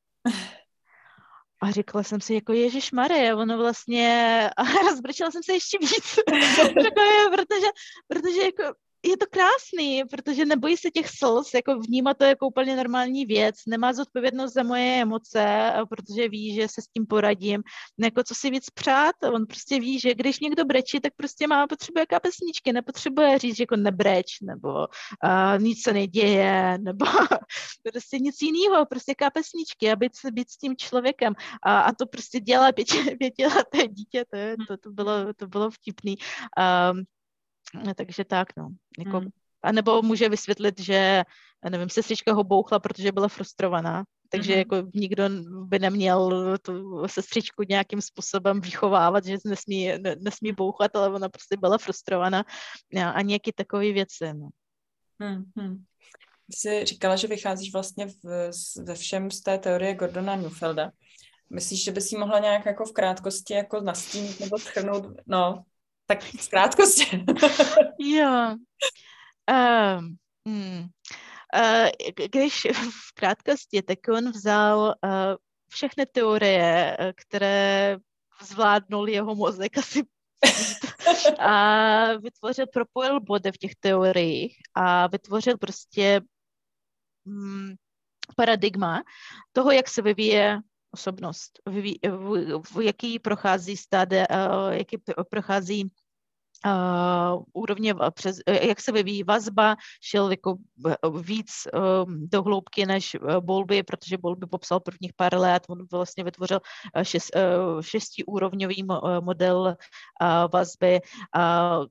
A říkala jsem si, jako ježišmarja, ono vlastně, a rozbrečela jsem se ještě víc, protože, protože jako je to krásný, protože nebojí se těch slz, jako vnímá to jako úplně normální věc, nemá zodpovědnost za moje emoce, protože ví, že se s tím poradím. Jako co si víc přát, on prostě ví, že když někdo brečí, tak prostě má potřebuje kapesníčky, nepotřebuje říct, že jako nebreč, nebo uh, nic se neděje, nebo prostě nic jiného, prostě kapesníčky a být, být s tím člověkem. A, a to prostě dělá pěti, pětileté dítě, to, je, to, to, bylo, to bylo vtipný. Um, Takže tak, no. Jako, hmm. A nebo může vysvětlit, že, nevím, sestřička ho bouchla, protože byla frustrovaná. Takže hmm. jako nikdo by neměl tu sestřičku nějakým způsobem vychovávat, že nesmí, ne, nesmí bouchat, ale ona prostě byla frustrovaná. A nějaké takové věci, no. Hmm, hmm. Jsi říkala, že vycházíš vlastně v, ve všem z té teorie Gordona Neufelda. Myslíš, že bys jí mohla nějak jako v krátkosti jako nastínit nebo shrnout, no, tak v krátkosti. Jo. Um, hmm. uh, když v krátkosti, tak on vzal uh, všechny teorie, které zvládnul jeho mozek asi a vytvořil, propojil body v těch teoriích a vytvořil prostě um, paradigma toho, jak se vyvíje osobnost, v, v, v jaký prochází stáde, uh, jaký prochází Uh, úrovně, přes, jak se vyvíjí vazba, šel jako víc um, do hloubky než Bowlby, protože Bowlby popsal prvních pár let, on vlastně vytvořil šest, uh, šestiúrovňový model uh, vazby, uh,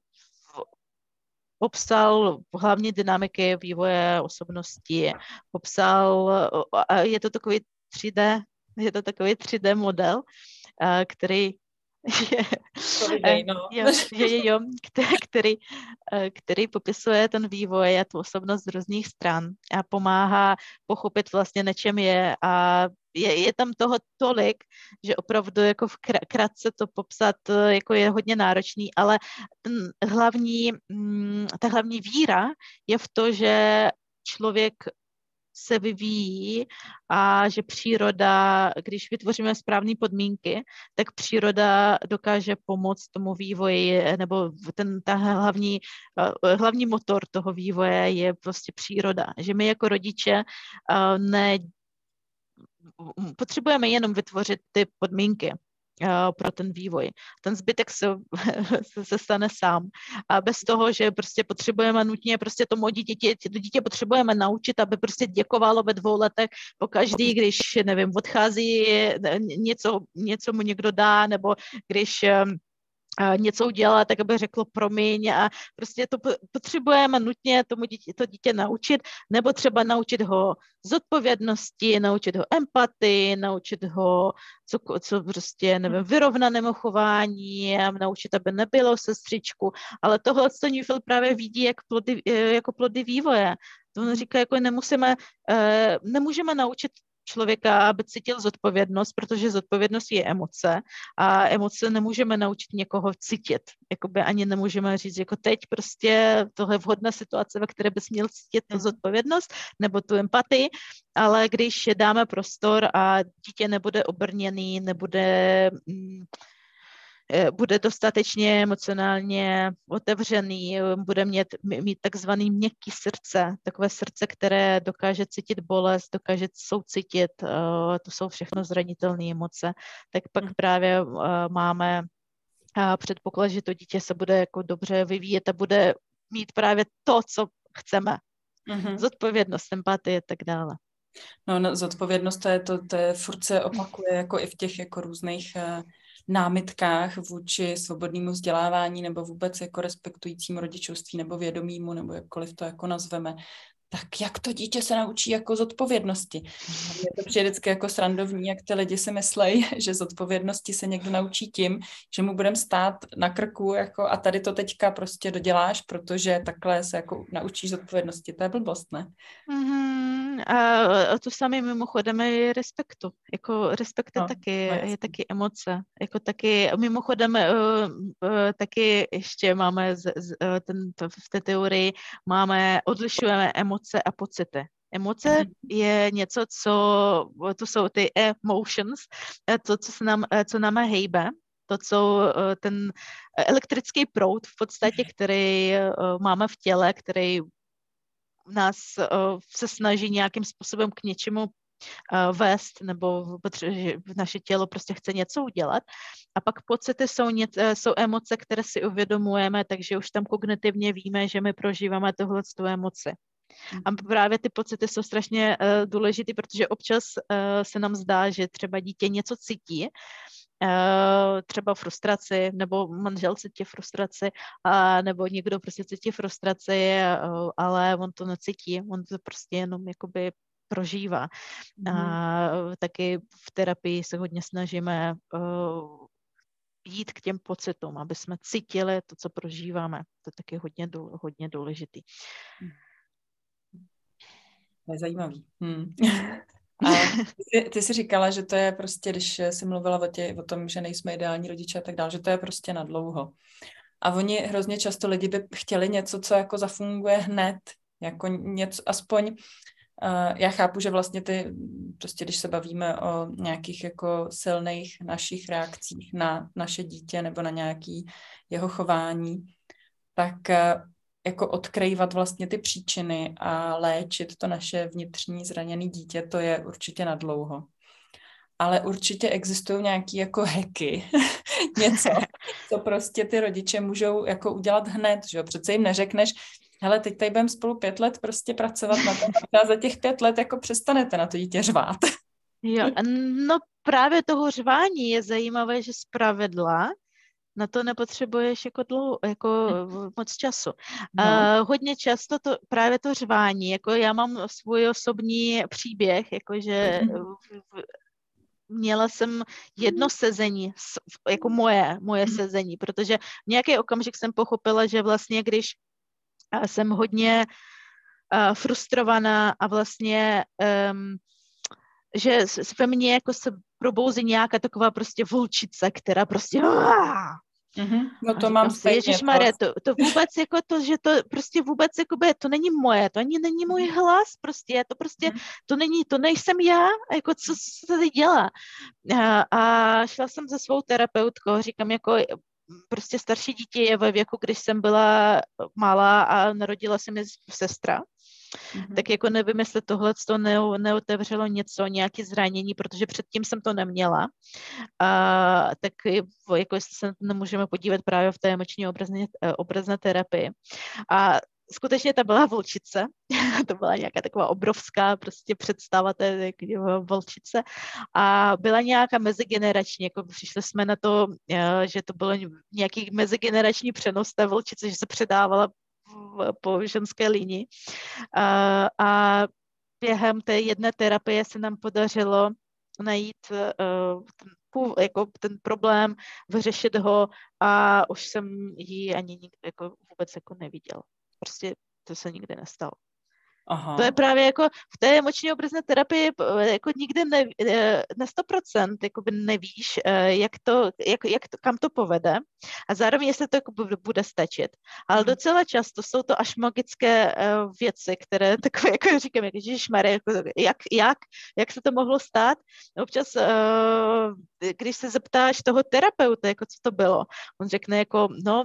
popsal hlavně dynamiky vývoje osobnosti, popsal, uh, je to takový tři dé, je to takový tři dé model, uh, který je, Povídej, no. jo, je, je, jo, který, který popisuje ten vývoj a tu osobnost z různých stran a pomáhá pochopit vlastně, na čem je a je, je tam toho tolik, že opravdu jako v krátce to popsat jako je hodně náročný, ale ten hlavní, ta hlavní víra je v to, že člověk se vyvíjí a že příroda, když vytvoříme správné podmínky, tak příroda dokáže pomoct tomu vývoji, nebo ten ta hlavní, hlavní motor toho vývoje je prostě příroda. Že my jako rodiče ne, potřebujeme jenom vytvořit ty podmínky pro ten vývoj. Ten zbytek se, se stane sám. A bez toho, že prostě potřebujeme nutně prostě tomu dítě, to dítě potřebujeme naučit, aby prostě děkovalo ve dvou letech po každý, když, nevím, odchází, něco, něco mu někdo dá, nebo když něco udělá, tak aby řeklo promiň a prostě to potřebujeme nutně tomu dítě, to dítě naučit, nebo třeba naučit ho zodpovědnosti, naučit ho empatii, naučit ho co, co prostě, nevím, vyrovnanému chování, naučit, aby nebylo sestřičku, ale tohle Neufeld právě vidí jak plody, jako plody vývoje. To on říká, jako nemusíme, nemůžeme naučit člověka, aby cítil zodpovědnost, protože zodpovědnost je emoce a emoce nemůžeme naučit někoho cítit. Jakoby ani nemůžeme říct, jako teď prostě tohle je vhodná situace, ve které bys měl cítit tu zodpovědnost nebo tu empatii, ale když dáme prostor a dítě nebude obrněný, nebude... Mm, bude dostatečně emocionálně otevřený, bude mít, mít takzvaný měkký srdce, takové srdce, které dokáže cítit bolest, dokáže soucítit, to jsou všechno zranitelné emoce, tak pak právě máme předpoklad, že to dítě se bude jako dobře vyvíjet a bude mít právě to, co chceme. Mm-hmm. Zodpovědnost, empatie a tak dále. No, no zodpovědnost, to je, to, to je, furt se opakuje jako i v těch jako různých uh, námitkách vůči svobodnému vzdělávání nebo vůbec jako respektujícímu rodičovství nebo vědomímu, nebo jakkoliv to jako nazveme. Tak jak to dítě se naučí jako zodpovědnosti? Je to přijde vždycky jako srandovní, jak ty lidi si myslejí, že zodpovědnosti se někdo naučí tím, že mu budeme stát na krku jako a tady to teďka prostě doděláš, protože takhle se jako naučíš zodpovědnosti. To je blbost, ne? Mm-hmm. A to samé mimochodem je respektu. Jako respekt je, no, taky, je taky emoce. Jako taky mimochodem uh, uh, taky ještě máme z, z, uh, ten, to, v té teorii máme, odlišujeme emoce a pocity. Emoce je něco, co, to jsou ty emotions, to, co se nám, co nám hejbe, to, co ten elektrický proud v podstatě, který máme v těle, který nás se snaží nějakým způsobem k něčemu vést, nebo protože naše tělo prostě chce něco udělat. A pak pocity jsou, něco, jsou emoce, které si uvědomujeme, takže už tam kognitivně víme, že my prožíváme tohle tu emoci. A právě ty pocity jsou strašně uh, důležité, protože občas uh, se nám zdá, že třeba dítě něco cítí, uh, třeba frustraci, nebo manžel cítí frustraci, uh, nebo někdo prostě cítí frustraci, uh, ale on to necítí, on to prostě jenom jakoby prožívá. Mm. Uh, taky v terapii se hodně snažíme uh, jít k těm pocitům, aby jsme cítili to, co prožíváme. To je taky hodně, hodně důležitý. Mm. To je zajímavý. Hmm. A ty, ty jsi říkala, že to je prostě, když jsi mluvila o, tě, o tom, že nejsme ideální rodiče a tak dále, že to je prostě na dlouho. A oni hrozně často lidi by chtěli něco, co jako zafunguje hned, jako něco, aspoň uh, já chápu, že vlastně ty, prostě když se bavíme o nějakých jako silných našich reakcích na naše dítě nebo na nějaký jeho chování, tak uh, jako odkrývat vlastně ty příčiny a léčit to naše vnitřní zraněné dítě, to je určitě nadlouho. Ale určitě existují nějaké jako hacky, něco, co prostě ty rodiče můžou jako udělat hned, že jo? Přece jim neřekneš, hele, teď tady budeme spolu pět let prostě pracovat na tom a za těch pět let jako přestanete na to dítě řvát. Jo, no právě toho řvání je zajímavé, že zpravidla na to nepotřebuješ jako dlouho, jako moc času. No. Uh, hodně často to právě to řvání, jako já mám svůj osobní příběh, jakože měla jsem jedno sezení, jako moje, moje sezení, protože v nějaký okamžik jsem pochopila, že vlastně když jsem hodně uh, frustrovaná a vlastně um, že ve mně jako se probouzí nějaká taková prostě volčice, která prostě Mm-hmm. No to mám stejně. Ježišmarja, to, to vůbec jako to, že to prostě vůbec jako by, to není moje, to ani není můj hlas, prostě, to prostě, to není, to nejsem já, jako co se tady dělá. A, a šla jsem za svou terapeutkou, říkám jako, prostě starší dítě je ve věku, když jsem byla malá a narodila se mi sestra. Mm-hmm. Tak jako nevím, jestli tohle to ne, neotevřelo něco, nějaké zranění, protože předtím jsem to neměla. A, tak jako jestli se nemůžeme podívat právě v té emoční obrazné, obrazné terapii. A skutečně ta byla volčice, to byla nějaká taková obrovská prostě představa té volčice a byla nějaká mezigenerační, jako přišli jsme na to, že to bylo nějaký mezigenerační přenos té volčice, že se předávala po ženské linii. A, a během té jedné terapie se nám podařilo najít uh, ten, jako ten problém, vyřešit ho a už jsem ji ani nikdy jako vůbec jako neviděla. Prostě to se nikdy nestalo. Aha. To je právě jako v té emoční obrazné terapii jako nikdy ne, na sto procent jakoby nevíš, jak to, jak, jak to, kam to povede a zároveň jestli to jako bude stačit. Ale docela často jsou to až magické věci, které takové, jako říkám, jak ježišmarja, jako, jak, jak, jak se to mohlo stát. Občas, když se zeptáš toho terapeuta, jako co to bylo, on řekne jako, no,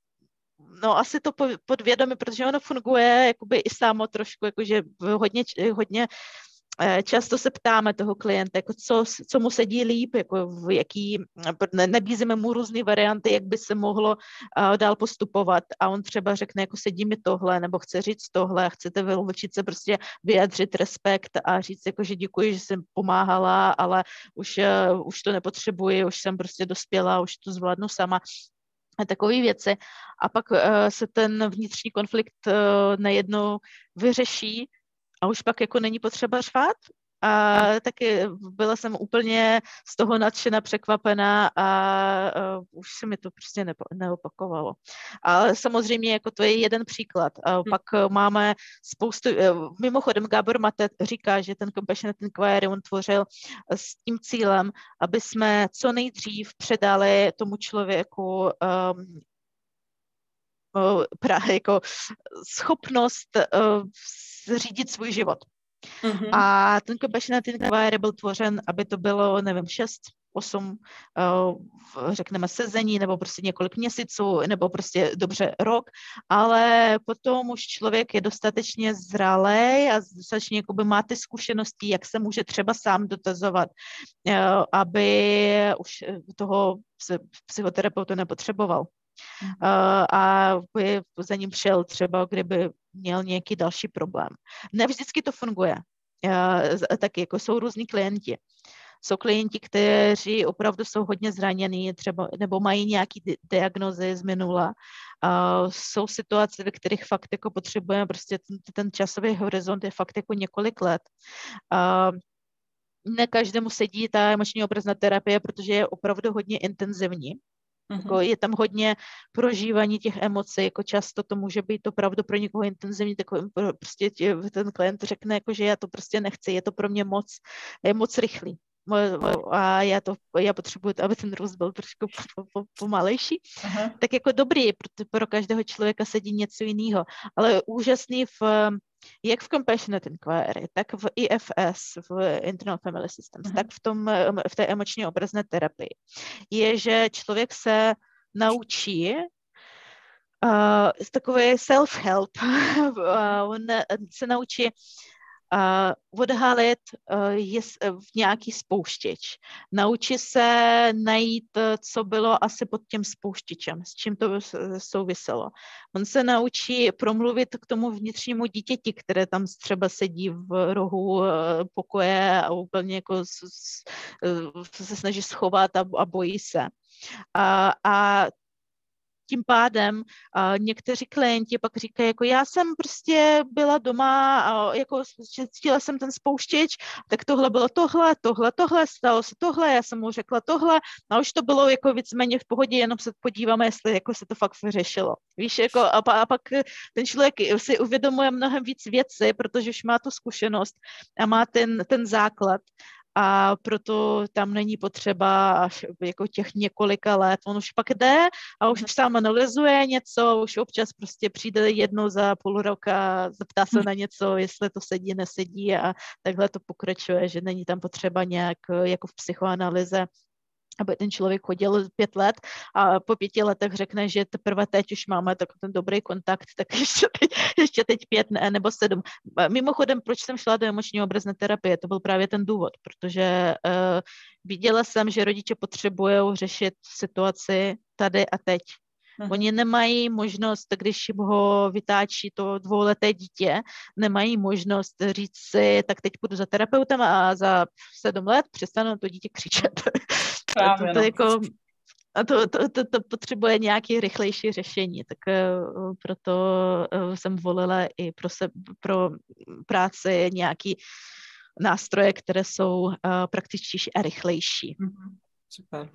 No asi to podvědomě, protože ono funguje jakoby i samo trošku, jakože hodně, hodně často se ptáme toho klienta, jako co, co mu sedí líp, jako v jaký, nabízíme mu různé varianty, jak by se mohlo uh, dál postupovat a on třeba řekne, jako sedí mi tohle, nebo chce říct tohle, chcete vyloučit se prostě vyjadřit respekt a říct, jako, že děkuji, že jsem pomáhala, ale už, uh, už to nepotřebuji, už jsem prostě dospěla, už to zvládnu sama. A takové věci. A pak uh, se ten vnitřní konflikt uh, najednou vyřeší a už pak jako není potřeba řvát. A taky byla jsem úplně z toho nadšená, překvapená a uh, už se mi to prostě nepo, neopakovalo. Ale samozřejmě jako to je jeden příklad. A pak uh, máme spoustu, uh, mimochodem Gábor Mate říká, že ten Compassionate Inquiry on tvořil s tím cílem, aby jsme co nejdřív předali tomu člověku um, uh, právě jako schopnost uh, řídit svůj život. Mm-hmm. A ten Compassionate Inquiry byl tvořen, aby to bylo, nevím, šest, osm, řekneme sezení, nebo prostě několik měsíců, nebo prostě dobře rok, ale potom už člověk je dostatečně zralý a dostatečně jakoby má ty zkušenosti, jak se může třeba sám dotazovat, aby už toho psychoterapeuta nepotřeboval. Uh, a by za ním šel třeba, kdyby měl nějaký další problém. Ne vždycky to funguje. Uh, taky jako jsou různí klienti. Jsou klienti, kteří opravdu jsou hodně zranění, třeba, nebo mají nějaké di- diagnozy z minula. Uh, jsou situace, ve kterých fakt jako potřebujeme, prostě ten, ten časový horizont je fakt jako několik let. Uh, ne každému sedí ta emoční obrazná terapie, protože je opravdu hodně intenzivní. Mm-hmm. Jako je tam hodně prožívání těch emocí, jako často to může být opravdu pro někoho intenzivní, tak prostě ten klient řekne, jako, že já to prostě nechci, je to pro mě moc, je moc rychlý. A já, to, já potřebuji, aby ten růst byl trošku pomalejší. Aha. Tak jako dobrý, pro, pro každého člověka sedí něco jiného, ale úžasný v, jak v Compassionate Inquiry, tak v I F S, v Internal Family Systems, Aha. tak v, tom, v té emoční obrazné terapii, je, že člověk se naučí uh, takový self-help, on se naučí uh, odhalit uh, je, uh, nějaký spouštěč. Naučí se najít, co bylo asi pod tím spouštěčem, s čím to souviselo. On se naučí promluvit k tomu vnitřnímu dítěti, které tam třeba sedí v rohu uh, pokoje a úplně jako s, s, uh, se snaží schovat a, a bojí se. A, a tím pádem a někteří klienti pak říkají, jako já jsem prostě byla doma a jako cítila jsem ten spouštěč, tak tohle bylo tohle, tohle, tohle, stalo se tohle, já jsem mu řekla tohle, a už to bylo jako víceméně v pohodě, jenom se podíváme, jestli jako se to fakt vyřešilo. Víš, jako a, pa, a pak ten člověk si uvědomuje mnohem víc věcí, protože už má tu zkušenost a má ten, ten základ. A proto tam není potřeba až jako těch několika let. On už pak jde a už sám analyzuje něco, už občas prostě přijde jednou za půl roka, zeptá se na něco, jestli to sedí, nesedí a takhle to pokračuje, že není tam potřeba nějak jako v psychoanalyze, aby ten člověk chodil pět let a po pěti letech řekne, že teprve teď už máme tak ten dobrý kontakt, tak ještě teď, ještě teď pět ne, nebo sedm. Mimochodem, proč jsem šla do emoční obrazné terapie? To byl právě ten důvod, protože uh, viděla jsem, že rodiče potřebují řešit situaci tady a teď. Aha. Oni nemají možnost, když ho vytáčí to dvouleté dítě, nemají možnost říct si, tak teď půjdu za terapeutem a za sedm let přestanu to dítě křičet. Právě, to, to, no. jako, a to, to, to, to potřebuje nějaké rychlejší řešení, tak uh, proto uh, jsem volila i pro, se, pro práci nějaký nástroje, které jsou uh, praktičtější a rychlejší. Mm-hmm. Super.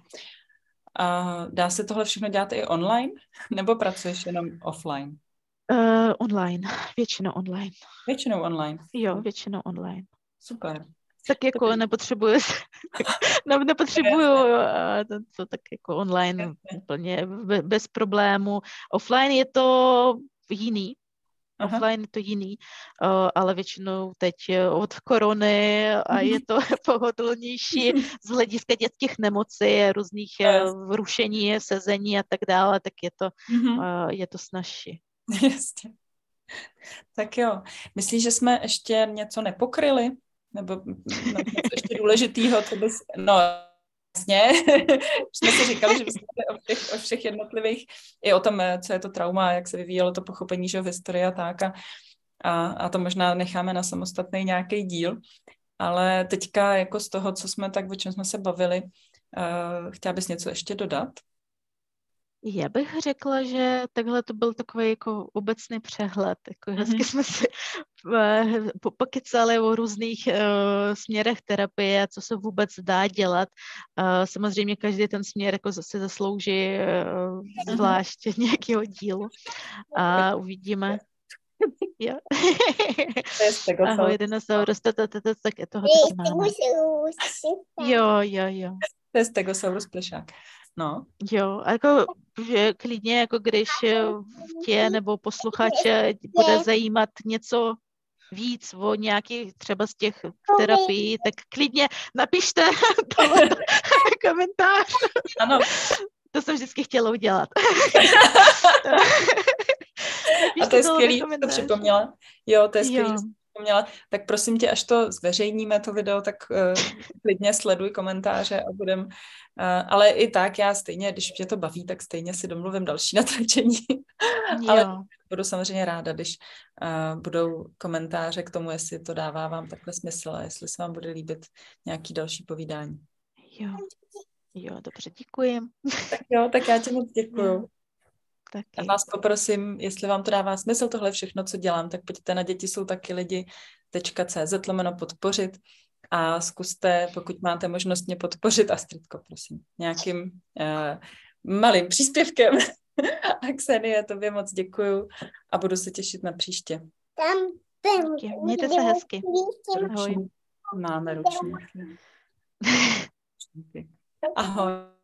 A dá se tohle všechno dělat i online, nebo pracuješ jenom offline? Uh, online, většinou online. Většinou online? Jo, většinou online. Super. Tak jako Super. nepotřebuju, ne, nepotřebuju to, to tak jako online úplně bez problému. Offline je to jiný. Aha. Offline je to jiný, uh, ale většinou teď od korony a je to pohodlnější z hlediska dětských nemocí, různých uh, rušení, sezení a tak dále, tak je to, uh, je to snazší. Jasně. Tak jo. Myslíš, že jsme ještě něco nepokryli? Nebo no, něco ještě důležitýho, co bys... No, jasně. Už jsme si říkali, že bychom o všech, o všech jednotlivých, i o tom, co je to trauma, jak se vyvíjelo to pochopení, že v historii a tak. A, a, a to možná necháme na samostatný nějaký díl. Ale teďka jako z toho, co jsme tak, o čem jsme se bavili, uh, chtěla bys něco ještě dodat? Já bych řekla, že takhle to byl takový jako obecný přehled. Jako hezky mm-hmm. jsme si uh, pokecali o různých uh, směrech terapie, co se vůbec dá dělat. Uh, samozřejmě každý ten směr jako zase zaslouží uh, zvlášť mm-hmm. nějakého dílu. A uh, uvidíme. Jo. Ahoj, dinosaurus, tak je toho taky máme. Jo, jo, jo. To je Stegosaurus plešák. No. Jo, jako že klidně, jako když tě nebo posluchače bude zajímat něco víc o nějakých třeba z těch terapií, tak klidně napište komentář. Ano. To jsem vždycky chtěla udělat. A to je skvělý, to připomněla. Jo, to je skvělý, připomněla. Tak prosím tě, až to zveřejníme, to video, tak uh, klidně sleduj komentáře a budem... Uh, ale i tak já stejně, když mě to baví, tak stejně si domluvím další natáčení. Ale budu samozřejmě ráda, když uh, budou komentáře k tomu, jestli to dává vám takhle smysl a jestli se vám bude líbit nějaký další povídání. Jo, jo, dobře, děkuji. Tak jo, tak já tě moc děkuju. Taky. A vás poprosím, jestli vám to dává smysl tohle všechno, co dělám, tak pojďte na děti jsou taky lidi.cz lomeno podpořit a zkuste, pokud máte možnost mě podpořit, Astridko, prosím, nějakým uh, malým příspěvkem. A Ksenie, tobě moc děkuju a budu se těšit na příště. Mějte se hezky. Ahoj. Máme ručníky. Ahoj.